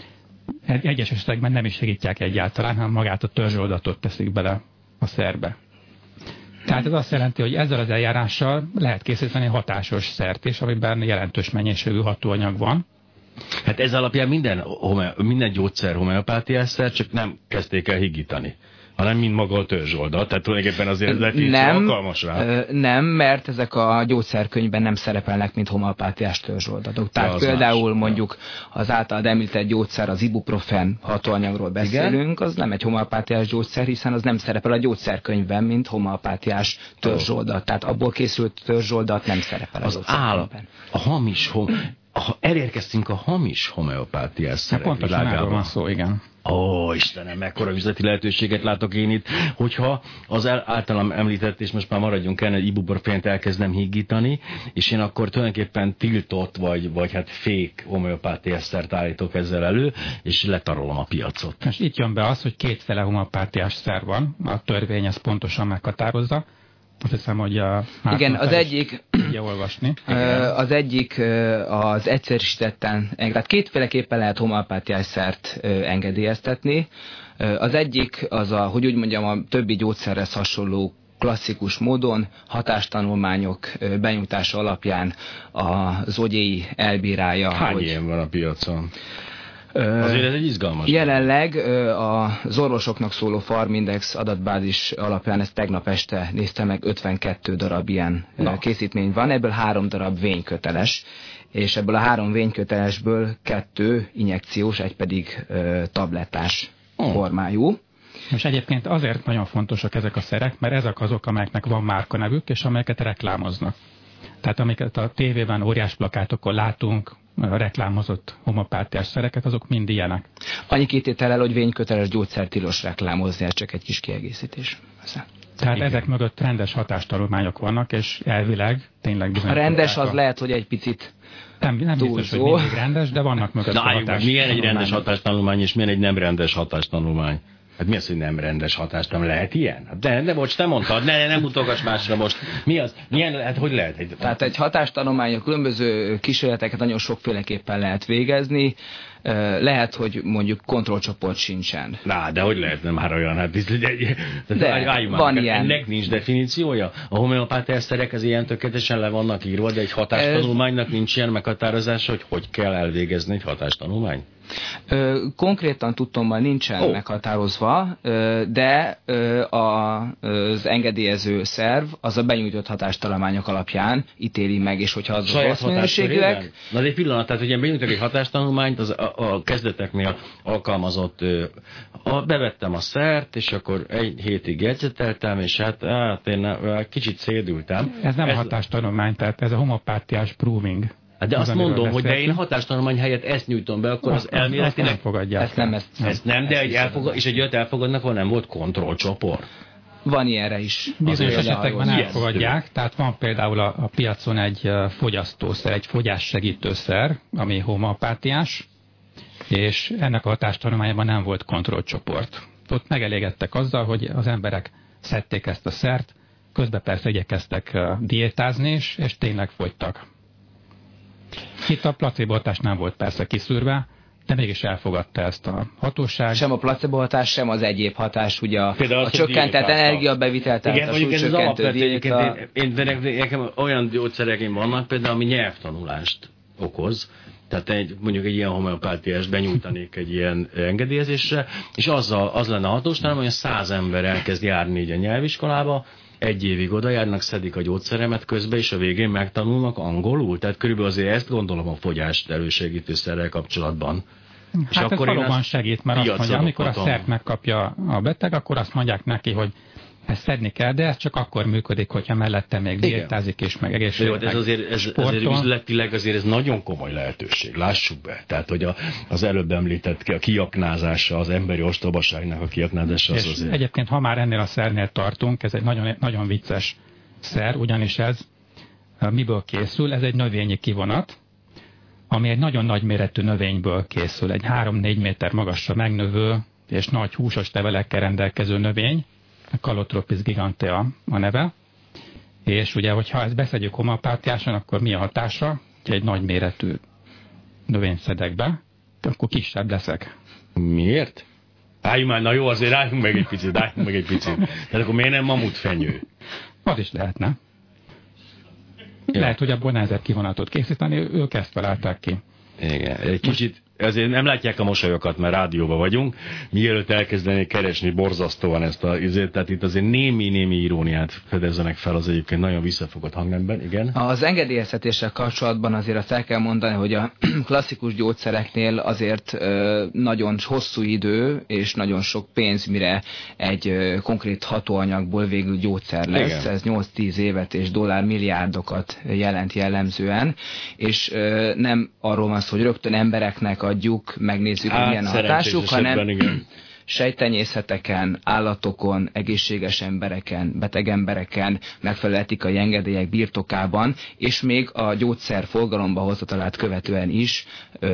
egyes esetekben nem is higítják egyáltalán, hanem magát a törzsoldatot teszik bele a szerbe. Tehát ez azt jelenti, hogy ezzel az eljárással lehet készíteni hatásos szert is, amiben jelentős mennyiségű hatóanyag van. Hát ez alapján minden gyógyszer homeopátiás szer, csak nem kezdték el higítani, hanem mind maga a törzsoldat. Tehát tulajdonképpen azért nem, alkalmas rá. Nem, mert ezek a gyógyszerkönyvben nem szerepelnek, mint homeopátiás törzsoldatok. Tehát például más. Mondjuk az általad említett gyógyszer, az ibuprofen hatóanyagról beszélünk, igen? Az nem egy homeopátiás gyógyszer, hiszen az nem szerepel a gyógyszerkönyvben, mint homeopátiás törzsoldat. Tehát abból készült törzsoldat nem szerepel az gyógyszerkönyvben. A hamis elérkeztünk a hamis homeopátiás szerek világába. Van szó, igen. Ó, Istenem, mekkora üzleti lehetőséget látok én itt, hogyha az általam említett, és most már maradjunk el, hogy ibuprofént elkezdem hígítani, és én akkor tulajdonképpen tiltott, vagy hát fake homeopátiás szert állítok ezzel elő, és letarolom a piacot. És itt jön be az, hogy kétféle homeopátiás szer van, a törvény ezt pontosan meghatározza. Azt hiszem, hogy igen, az egyik olvasni. Az egyik az egyszerűsítetten, tehát kétféleképpen lehet homeopátiás szert engedélyeztetni. Az egyik az hogy úgy mondjam, a többi gyógyszerhez hasonló klasszikus módon hatástanulmányok benyújtása alapján az OGI elbírálja. Hány ilyen van a piacon? Azért ez egy izgalmas. Jelenleg az orvosoknak szóló Farmindex adatbázis alapján, ezt tegnap este nézte meg, 52 darab ilyen készítmény van, ebből 3 darab vényköteles, és ebből a 3 vénykötelesből 2 injekciós, egy pedig tablettás formájú. És egyébként azért nagyon fontosak ezek a szerek, mert ezek azok, amelyeknek van márkanevük, és amelyeket reklámoznak. Tehát amiket a tévében, óriás plakátokon látunk, reklámozott homopátiás szereket, azok mind ilyenek. Annyi kitétellel, hogy vényköteles gyógyszer tilos reklámozni, ez csak egy kis kiegészítés. Tehát igen, ezek mögött rendes hatástanulmányok vannak, és elvileg tényleg bizony. A rendes az lehet, hogy egy picit nem biztos, hogy mindig rendes, de vannak mögött hatástanulmányok. Milyen egy rendes hatástanulmány, és milyen egy nem rendes hatástanulmány? Hát mi az, hogy nem rendes hatástanulmány? Lehet ilyen? De most te mondtad, nem mutogass másra most. Mi az? Milyen lehet, hogy lehet? Tehát egy hatástanulmány, a különböző kísérleteket nagyon sokféleképpen lehet végezni. Lehet, hogy mondjuk kontrollcsoport sincsen. De hogy lehetne már olyan? Hát, van ilyen. Ennek nincs definíciója? A homeopátiás szerek az ilyen tökéletesen le vannak írva, de egy hatástanulmánynak nincs ilyen meghatározása, hogy kell elvégezni egy hatástanulmány? Konkrétan tudtommal nincsen meghatározva, de az engedélyező szerv az a benyújtott hatástanulmányok alapján ítéli meg, és hogyha az rossz minőségűek... Na de egy pillanat, tehát hogy én benyújtok egy hatástanulmányt, az a kezdeteknél alkalmazott, bevettem a szert, és akkor egy hétig jegyzeteltem, és hát én kicsit szédültem. Ez nem hatástanulmány, tehát ez a homopátiás proving. De azt mondom, hogy de én hatástanulmány helyett ezt nyújtom be, akkor az elméletileg... nem fogadják. Ezt nem, de és egy olyat elfogadnak, hol nem volt kontrollcsoport. Van ilyenre is. Bizonyos esetekben elfogadják, tehát van például a piacon egy fogyasztószer, egy fogyássegítőszer, ami homeopátiás, és ennek a hatástanulmányában nem volt kontrollcsoport. Ott megelégedtek azzal, hogy az emberek szedték ezt a szert, közben persze igyekeztek diétázni, és tényleg fogytak. Itt a placebo hatás nem volt persze kiszűrve, de mégis elfogadta ezt a hatóság. Sem a placebo hatás, sem az egyéb hatás, ugye a csökkentett energiabevitel, tehát a súlycsökkentő diéta. Nekem olyan gyógyszereim vannak, például ami nyelvtanulást okoz, tehát mondjuk egy ilyen homeopátiást benyújtanék egy ilyen engedélyezésre, és az lenne a hatóság, hogy 100 ember elkezd járni így a nyelviskolába, 1 évig oda járnak, szedik a gyógyszeremet közben, és a végén megtanulnak angolul. Tehát körülbelül azért ezt gondolom a fogyást elősegítőszerrel kapcsolatban. Hát és akkor ez valóban segít, mert azt mondja, amikor a szert megkapja a beteg, akkor azt mondják neki, hogy ezt szedni kell, de ez csak akkor működik, hogyha mellette még diétázik és meg egészséges. Ez azért üzletileg azért ez nagyon komoly lehetőség, lássuk be. Tehát, hogy az előbb említett a kiaknázása, az emberi ostobaságnak a kiaknázása az azért. Egyébként, ha már ennél a szernél tartunk, ez egy nagyon, nagyon vicces szer, ugyanis ez miből készül? Ez egy növényi kivonat, ami egy nagyon nagy méretű növényből készül. Egy 3-4 méter magasra megnövő és nagy húsos levelekkel rendelkező növény, a Calotropis gigantea a neve. És ugye, hogyha ezt beszedjük homeopátiásan, akkor mi a hatása? Egy nagy méretű növényt szedek be, akkor kisebb leszek. Miért? Álljunk már, na jó, azért álljunk meg egy picit. Tehát akkor miért nem mamutfenyő? Az is lehetne. Ja. Lehet, hogy abból nehezebb kivonatot készíteni, ők ezt találták ki. Igen, egy kicsit, azért nem látják a mosolyokat, mert rádióban vagyunk, mielőtt elkezdenék keresni borzasztóan ezt a izét, tehát itt azért némi iróniát fedezzenek fel az egyébként nagyon visszafogott hangnemben, igen. Az engedélyeztetéssel kapcsolatban azért azt el kell mondani, hogy a klasszikus gyógyszereknél azért nagyon hosszú idő és nagyon sok pénz, mire egy konkrét hatóanyagból végül gyógyszer lesz. Igen. Ez 8-10 évet és dollármilliárdokat jelent jellemzően, és nem arról van szó, hogy rögtön embereknek adjuk, megnézzük, hogy milyen hatásuk, hanem sejtenyészeteken, állatokon, egészséges embereken, beteg embereken, megfelelő etikai engedélyek birtokában, és még a gyógyszer forgalomba hozatalát követően is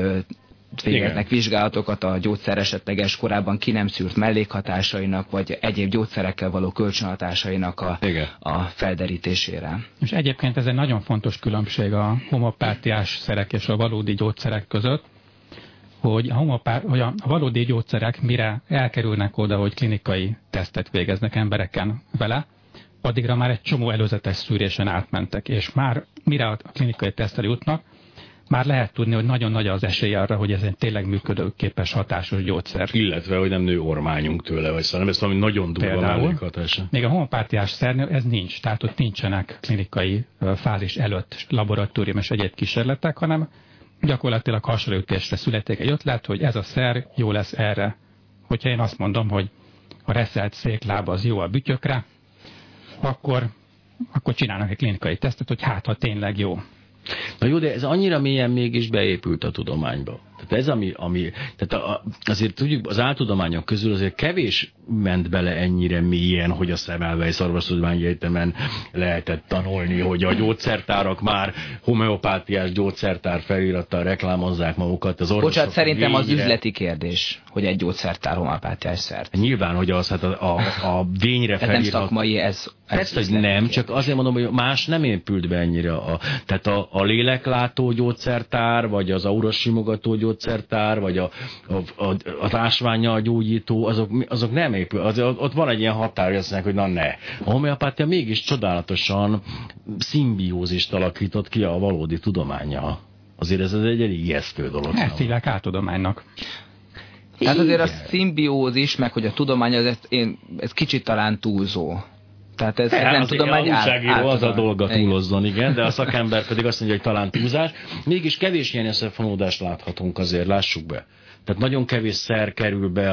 végeznek vizsgálatokat a gyógyszer esetleges korábban ki nem szűrt mellékhatásainak, vagy egyéb gyógyszerekkel való kölcsönhatásaihogy a felderítésére. És egyébként ez egy nagyon fontos különbség a homopátiás szerek és a valódi gyógyszerek között, hogy a valódi gyógyszerek mire elkerülnek oda, hogy klinikai tesztet végeznek embereken vele, addigra már egy csomó előzetes szűrésen átmentek, és már mire a klinikai tesztre jutnak, már lehet tudni, hogy nagyon nagy az esély arra, hogy ez egy tényleg működőképes, hatásos gyógyszer. Illetve, hogy nem nő ormányunk tőle, vagy szóval nem ez valami nagyon durva mellékhatása. Még a homopátiás szernél ez nincs, tehát ott nincsenek klinikai fázis előtt laboratórium és egyéb kísérletek, hanem gyakorlatilag hasonlítésre születik egy ötlet, hogy ez a szer jó lesz erre. Hogyha én azt mondom, hogy a reszelt székláb az jó a bütyökre, akkor csinálnak egy klinikai tesztet, hogy ha tényleg jó. Na jó, de ez annyira mélyen mégis beépült a tudományba. Tehát ez, tehát azért tudjuk, az áltudományok közül azért kevés ment bele ennyire mélyen, hogy a Semmelweis Szarvasztudományi Egyetemen lehetett tanulni, hogy a gyógyszertárak már homeopátiás gyógyszertár felirattal reklámozzák magukat. Az bocsánat, szerintem az üzleti kérdés, hogy egy gyógyszertár homeopátiás szert. Nyilván, hogy az hát a vényre felirat. Nem szakmai, ez persze, hogy nem, kérdés. Csak azért mondom, hogy más nem épült be ennyire. Tehát a léleklátó gyógyszertár, vagy az aurasimogató gyógyszertár, vagy az ásvánnyal gyógyító, azok nem épül. Ott van egy ilyen határ, hogy azt mondják, hogy na ne. A homeopátia mégis csodálatosan szimbiózist alakított ki a valódi tudománnyal. Azért ez egy elég ijesztő dolog. Ezt hívják áltudománynak. Hát azért a szimbiózis, meg hogy a tudomány, ez kicsit talán túlzó. Tehát ez nem tudomány, az a dolga túlozzon, igen, de a szakember pedig azt mondja, hogy talán túlzás. Mégis kevés ilyen összefonódást láthatunk azért, lássuk be. Tehát nagyon kevés szer kerül be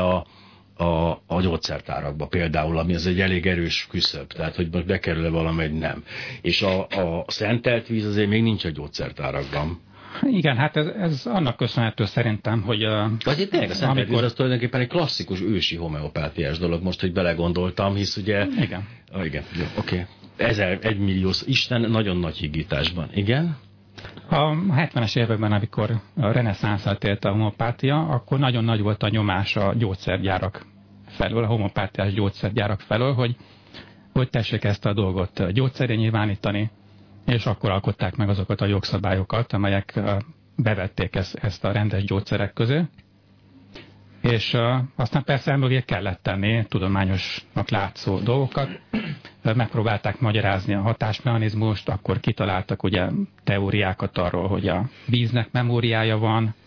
a gyógyszertárakba például, ami az egy elég erős küszöb, tehát hogy most bekerül-e valami, nem. És a szentelt víz azért még nincs a gyógyszertárakban. Igen, hát ez annak köszönhető szerintem, hogy... Azért tényleg a szentelt víz az tulajdonképpen egy klasszikus ősi homeopátiás dolog, most, hogy belegondoltam, hisz ugye... Igen. Igen, jó, oké. 1 millió Isten nagyon nagy higításban. Igen? A 70-es években, amikor a reneszánszát élt a homeopátia, akkor nagyon nagy volt a nyomás a gyógyszergyárak felől, a homeopátiás gyógyszergyárak felől, hogy tessék ezt a dolgot gyógyszeré nyilvánítani, és akkor alkották meg azokat a jogszabályokat, amelyek bevették ezt a rendes gyógyszerek közé. És aztán persze emögé kellett tenni tudományosnak látszó dolgokat. Megpróbálták magyarázni a hatásmechanizmust, akkor kitaláltak ugye teóriákat arról, hogy a víznek memóriája van,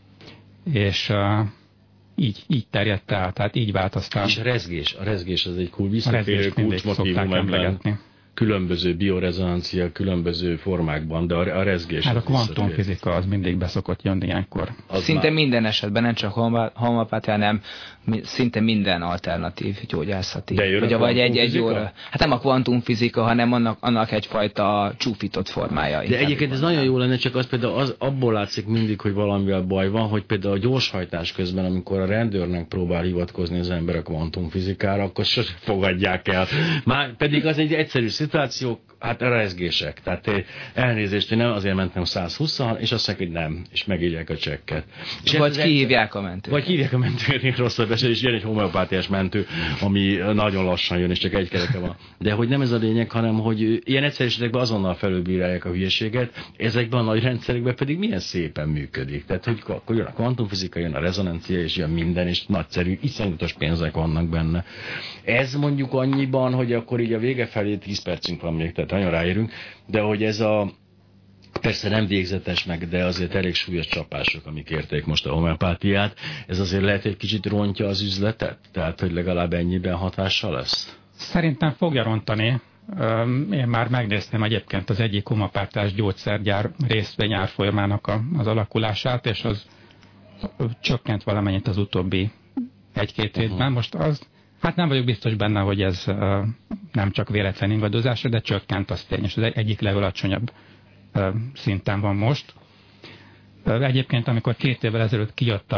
és így terjedt el, tehát így vált aztán. És a rezgés az egy visszatérő kulcsmotívum ebben. Különböző biorezonancia, különböző formákban, de a rezgés... Hát a kvantumfizika az mindig beszokott jönni ilyenkor. Szinte minden esetben, nem csak homeopátia, hanem szinte minden alternatív gyógyászati. Vagy egy óra. Hát nem a kvantumfizika, hanem annak egyfajta csúfított formája. De egyébként ez nagyon jó lenne, csak az például abból látszik mindig, hogy valamivel baj van, hogy például a gyorshajtás közben, amikor a rendőrnek próbál hivatkozni az ember a kvantumfizikára, akkor sosem fogadják el. Már pedig az egy egyszerű szituációk, hát rezgések. Tehát elnézést, én nem azért mentem 120-al, és azt mondják, hogy nem, és megírják a csekket. És vagy kihívják a mentőt. Vagy hívják a mentőt, rosszabb eset, és jön egy homeopátiás mentő, ami nagyon lassan jön, és csak egy kereke van. De hogy nem ez a lényeg, hanem hogy ilyen egyszerűségekben azonnal felülbírálják a hülyeséget, ezekben a nagy rendszerekben pedig milyen szépen működik. Tehát, hogy akkor jön a kvantumfizika, jön a rezonancia, és jön minden, és nagyszerű, iszonyatos pénzek vannak benne. Ez mondjuk annyiban, hogy akkor így a vége felé 10 percünk van még, tehát nagyon ráérünk, de hogy ez a persze nem végzetes meg, de azért elég súlyos csapások, amik érték most a homeopátiát. Ez azért lehet egy kicsit rontja az üzletet? Tehát, hogy legalább ennyiben hatással lesz? Szerintem fogja rontani. Én már megnéztem egyébként az egyik homeopátiás gyógyszergyár részvényárfolyamának az alakulását, és az csökkent valamennyit az utóbbi 1-2 hétben. Most az, hát nem vagyok biztos benne, hogy ez nem csak véletlen ingadozásra, de csökkent, az tény, és az egyik legalacsonyabb szinten van most. Egyébként, amikor 2 évvel ezelőtt kijött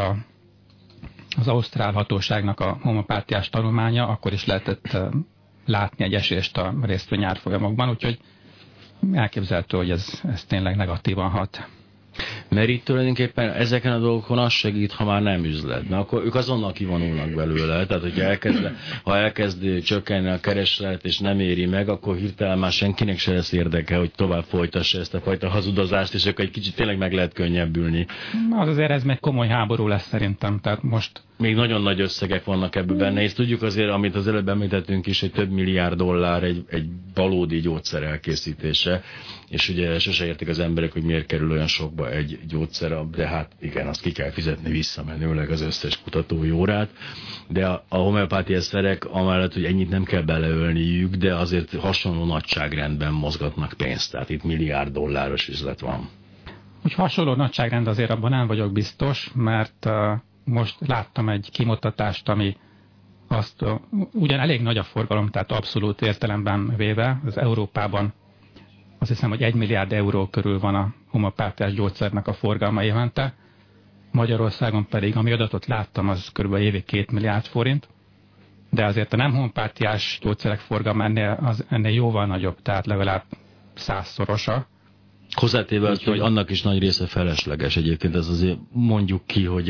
az ausztrál hatóságnak a homeopátiás tanulmánya, akkor is lehetett látni egy esést a részvényárfolyamokban, úgyhogy elképzelhető, hogy ez tényleg negatívan hat. Mert itt tulajdonképpen ezeken a dolgokon az segít, ha már nem üzlet. Na, akkor ők azonnal kivonulnak belőle. Tehát, hogyha ha elkezd csökkenni a kereslet, és nem éri meg, akkor hirtelen már senkinek se lesz érdeke, hogy tovább folytassa ezt a fajta hazudozást, és akkor egy kicsit tényleg meg lehet könnyebbülni. Az azért ez még komoly háború lesz szerintem. Tehát most még nagyon nagy összegek vannak ebből benne, és tudjuk azért, amit az előbb említettünk is, hogy több milliárd dollár egy valódi gyógyszer elkészítése, és ugye sose értik az emberek, hogy miért kerül olyan sokba egy gyógyszer, de hát igen, azt ki kell fizetni visszamenőleg az összes kutatói órát, de a homeopátiás szerek amellett, hogy ennyit nem kell beleölniük, de azért hasonló nagyságrendben mozgatnak pénzt, tehát itt milliárd dolláros üzlet van. Úgy hasonló nagyságrend azért abban nem vagyok biztos, mert most láttam egy kimutatást, ami azt ugyan elég nagy a forgalom, tehát abszolút értelemben véve, az Európában azt hiszem, hogy 1 milliárd euró körül van a homeopátiás gyógyszernek a forgalma évente, Magyarországon pedig, ami adatot láttam, az kb. Évi 2 milliárd forint, de azért a nem homeopátiás gyógyszerek forgalma ennél jóval nagyobb, tehát legalább 100-szorosa. Hozzátéve, hogy annak is nagy része felesleges egyébként, ez azért mondjuk ki, hogy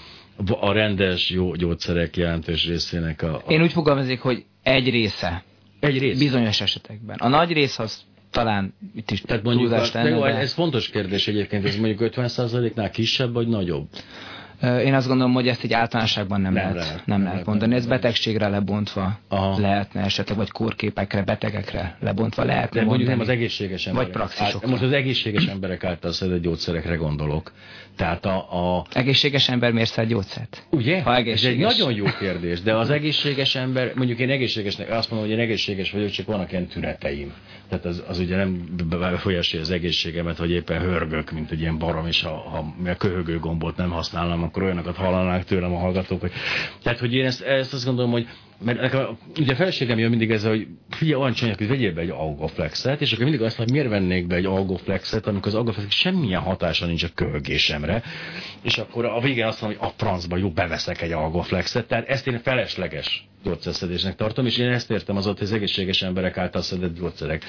a rendes jó gyógyszerek jelentős részének Én úgy fogalmazik, hogy egy része. Egy rész. Bizonyos esetekben. A nagy rész az talán itt is túlzás lenne. Ez fontos kérdés egyébként, ez mondjuk 50%-nál kisebb vagy nagyobb? Én azt gondolom, hogy ezt egy általánosságban nem lehet mondani. Ez betegségre lebontva lehetne esetleg, vagy kórképekre, betegekre lebontva lehetne mondani. Mondjuk nem az egészséges emberek. Vagy praxisokra. Most az egészséges emberek által szedett gyógyszerekre gondolok. Tehát egészséges ember miért szed gyógyszert? Ugye? Ha egészséges. Ez egy nagyon jó kérdés, de az egészséges ember, mondjuk én egészségesnek, azt mondom, hogy én egészséges vagyok, csak vannak ilyen tüneteim. Tehát az ugye nem befolyásolja az egészségemet, hogy éppen hörgök, mint egy ilyen barom, és ha a köhögő gombot nem használnám, akkor olyanokat hallanák tőlem a hallgatók. Tehát, hogy én ezt azt gondolom, hogy mert ugye a feleségem jön mindig ez, hogy figyelj, olyan csinálják, hogy vegyél be egy algoflexet, és akkor mindig azt mondja, hogy miért vennék be egy algoflexet, amikor az algoflex semmilyen hatása nincs a köhögésemre, és akkor a végén azt mondom, hogy a francba jó, beveszek egy algoflexet, tehát ezt én felesleges gyógyszerszedésnek tartom, és én ezt értem az ott, hogy az egészséges emberek által szedett gyógyszerek.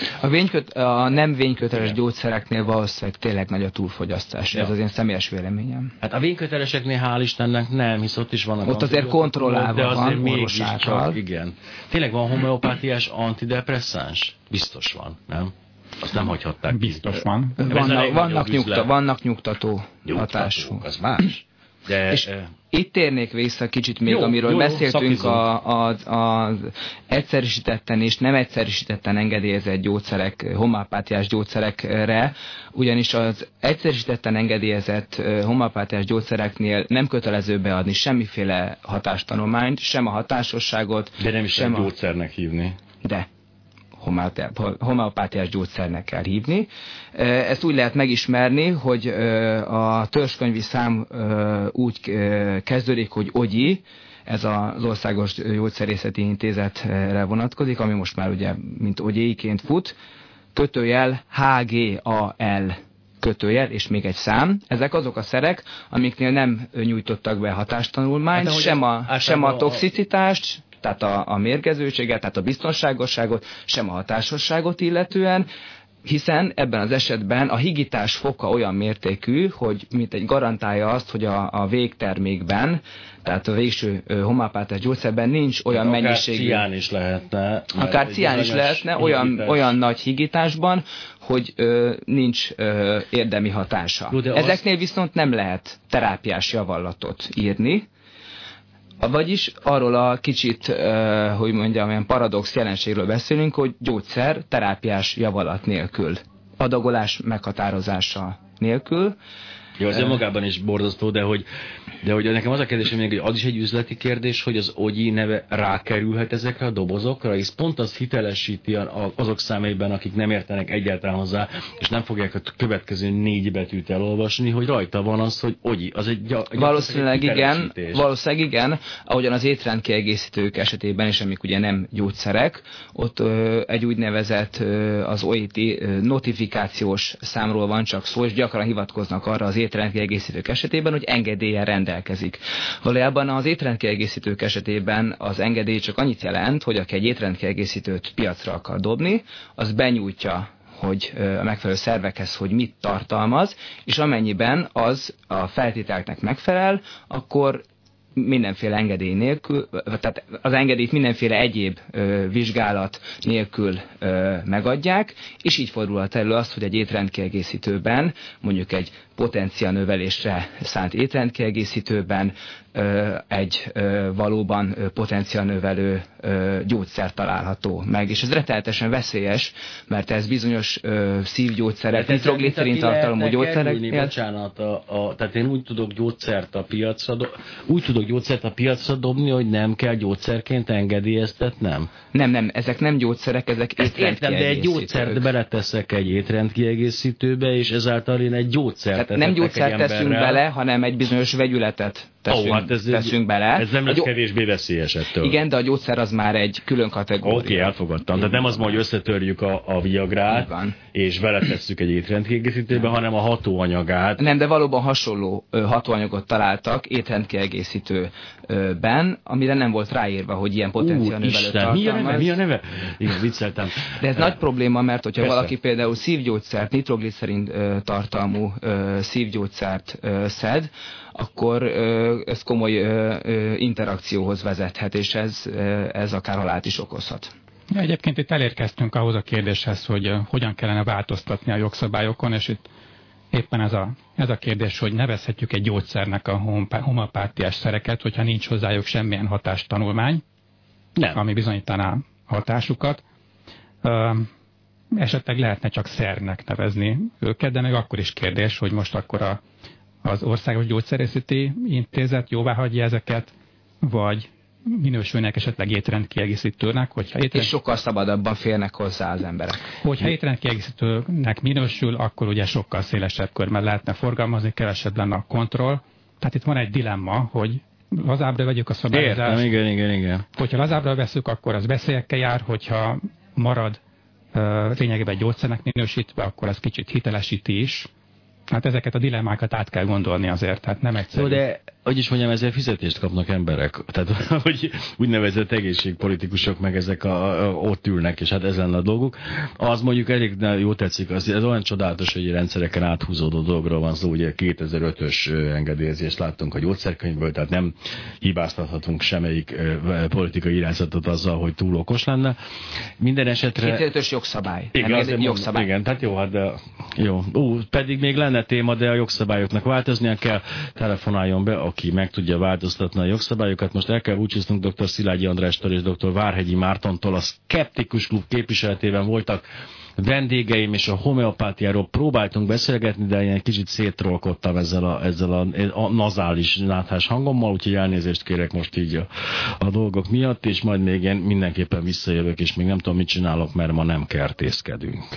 A nem vényköteles gyógyszereknél valószínűleg tényleg nagy a túlfogyasztás. Ja. Ez az én személyes véleményem. Hát a vényköteleseknél hál' Istennek nem, hisz ott is vannak. Ott azért kontrollálva van, mégis csak, igen. Tényleg van homeopátiás antidepresszáns? Biztos van, nem? Azt nem hagyhatták. Biztos van. Vannak nyugtató hatású. Az más. De, és itt térnék vissza kicsit még, amiről beszéltünk az egyszerűsítetten és nem egyszerűsítetten engedélyezett gyógyszerek, homeopátiás gyógyszerekre, ugyanis az egyszerűsítetten engedélyezett homeopátiás gyógyszereknél nem kötelező beadni semmiféle hatástanulmányt, sem a hatásosságot. De nem is sem gyógyszernek hívni. De. Homeopátiás gyógyszernek kell hívni. Ezt úgy lehet megismerni, hogy a törzskönyvi szám úgy kezdődik, hogy OGI, ez az Országos Gyógyszerészeti Intézetre vonatkozik, ami most már ugye mint OGI-ként fut, kötőjel HGAL kötőjel, és még egy szám. Ezek azok a szerek, amiknél nem nyújtottak be hatástanulmányt, sem a toxicitást, tehát a mérgezőséget, tehát a biztonságosságot, sem a hatásosságot illetően, hiszen ebben az esetben a higítás foka olyan mértékű, hogy garantálja azt, hogy a végtermékben, tehát a végső homeopátiás gyógyszerben nincs olyan mennyiségű... Akár cián is lehetne. Akár cián is lehetne olyan nagy higításban, hogy nincs érdemi hatása. Ezeknél viszont nem lehet terápiás javallatot írni, vagyis arról a kicsit, hogy mondjam, olyan paradox jelenségről beszélünk, hogy gyógyszer terápiás javallat nélkül, adagolás meghatározása nélkül. Jó, az önmagában is borzasztó, de hogy nekem az a kérdésem még, hogy az is egy üzleti kérdés, hogy az Ogyi neve rákerülhet ezekre a dobozokra, és pont az hitelesíti azok számára, akik nem értenek egyáltalán hozzá, és nem fogják a következő 4 betűt elolvasni, hogy rajta van az, hogy Ogyi. Az egy valószínűleg igen, ahogyan az étrendkiegészítők esetében is, amik ugye nem gyógyszerek, ott egy úgynevezett az OIT notifikációs számról van csak szó, és gyakran hivatkoznak arra az étrendkiegészítők esetében, hogy engedéllyel rendelkezik. Valójában az étrendkiegészítők esetében az engedély csak annyit jelent, hogy aki egy étrendkiegészítőt piacra akar dobni, az benyújtja, hogy a megfelelő szervekhez, hogy mit tartalmaz, és amennyiben az a feltételeknek megfelel, akkor mindenféle engedély nélkül, tehát az engedélyt mindenféle egyéb vizsgálat nélkül megadják, és így fordulhat elő az, hogy egy étrendkiegészítőben, mondjuk egy potenciál növelésre szánt étrendkiegészítőben egy valóban potenciál növelő gyógyszer található meg. És ez rettenetesen veszélyes, mert ez bizonyos szívgyógyszerek, nitroglicerin tartalmú gyógyszerek. Bocsánat, tehát én úgy tudok gyógyszert a piacra dobni, hogy nem kell gyógyszerként engedélyeztetnem? Nem, ezek nem gyógyszerek, ezek étrendkiegészítők. De egy gyógyszert beleteszek egy étrendkiegészítőbe, és ezáltal én egy gyógyszert nem gyógyszert teszünk bele, hanem egy bizonyos vegyületet teszünk bele. Ez nem lesz kevésbé veszélyes ettől. Igen, de a gyógyszer az már egy külön kategória. Oké, elfogadtam. Tehát nem az, hogy összetörjük a viagrát, és beletesszük egy étrendkiegészítőbe, hanem a hatóanyagát. Nem, de valóban hasonló hatóanyagot találtak étrendkiegészítőben, amire nem volt ráírva, hogy ilyen potenciál növelő tartalmaz. Mi a neve? Igen, vicceltem. De ez nagy probléma, mert hogyha valaki például szívgyógyszert, nitroglicerin tartalmú szívgyógyszert szed, akkor ez komoly interakcióhoz vezethet, és ez akár halált is okozhat. Egyébként itt elérkeztünk ahhoz a kérdéshez, hogy hogyan kellene változtatni a jogszabályokon, és itt éppen ez a kérdés, hogy nevezhetjük egy gyógyszernek a homeopátiás szereket, hogyha nincs hozzájuk semmilyen hatástanulmány, ami bizonyítaná hatásukat. Esetleg lehetne csak szernek nevezni őket, de még akkor is kérdés, hogy most akkor az Országos Gyógyszerészeti Intézet jóváhagyja ezeket, vagy minősülnek esetleg étrendkiegészítőnek, és sokkal szabadabban férnek hozzá az emberek. Hogyha étrendkiegészítőnek minősül, akkor ugye sokkal szélesebb körben lehetne forgalmazni, kevesebb lenne a kontroll. Tehát itt van egy dilemma, hogy lazábbra vegyük a szabályozást. Értem, igen. Hogyha lazábbra veszük, akkor az veszélyekkel jár, hogyha marad lényegében gyógyszernek minősítve, akkor az kicsit hitelesíti is. Hát ezeket a dilemmákat át kell gondolni azért, tehát nem egyszerű. De, hogy is mondjam, ezzel fizetést kapnak emberek. Tehát, hogy úgynevezett egészségpolitikusok meg ezek ott ülnek, és hát ez lenne a dolguk. Az mondjuk elég jó tetszik, ez olyan csodálatos, hogy rendszereken áthúzódó dologról van szó, ugye 2005-ös engedélyezést láttunk a gyógyszerkönyvből, tehát nem hibáztathatunk semmelyik politikai irányzatot azzal, hogy túl okos lenne. Minden esetre... 2005-ös jogszabály. Jogszabály. Igen, tehát jó, hát de jó. Pedig még lenne téma, de a jogszabályoknak változnia kell. Telefonáljon be, aki meg tudja változtatni a jogszabályokat. Most el kell búcsúznunk dr. Szilágyi Andrástól és dr. Várhegyi Mártontól. A Szkeptikus Klub képviseletében voltak vendégeim, és a homeopátiáról próbáltunk beszélgetni, de én kicsit széttrolkodtam ezzel a nazális náthás hangommal, úgyhogy elnézést kérek most így a dolgok miatt, és majd még én mindenképpen visszajövök, és még nem tudom, mit csinálok, mert ma nem kertészkedünk.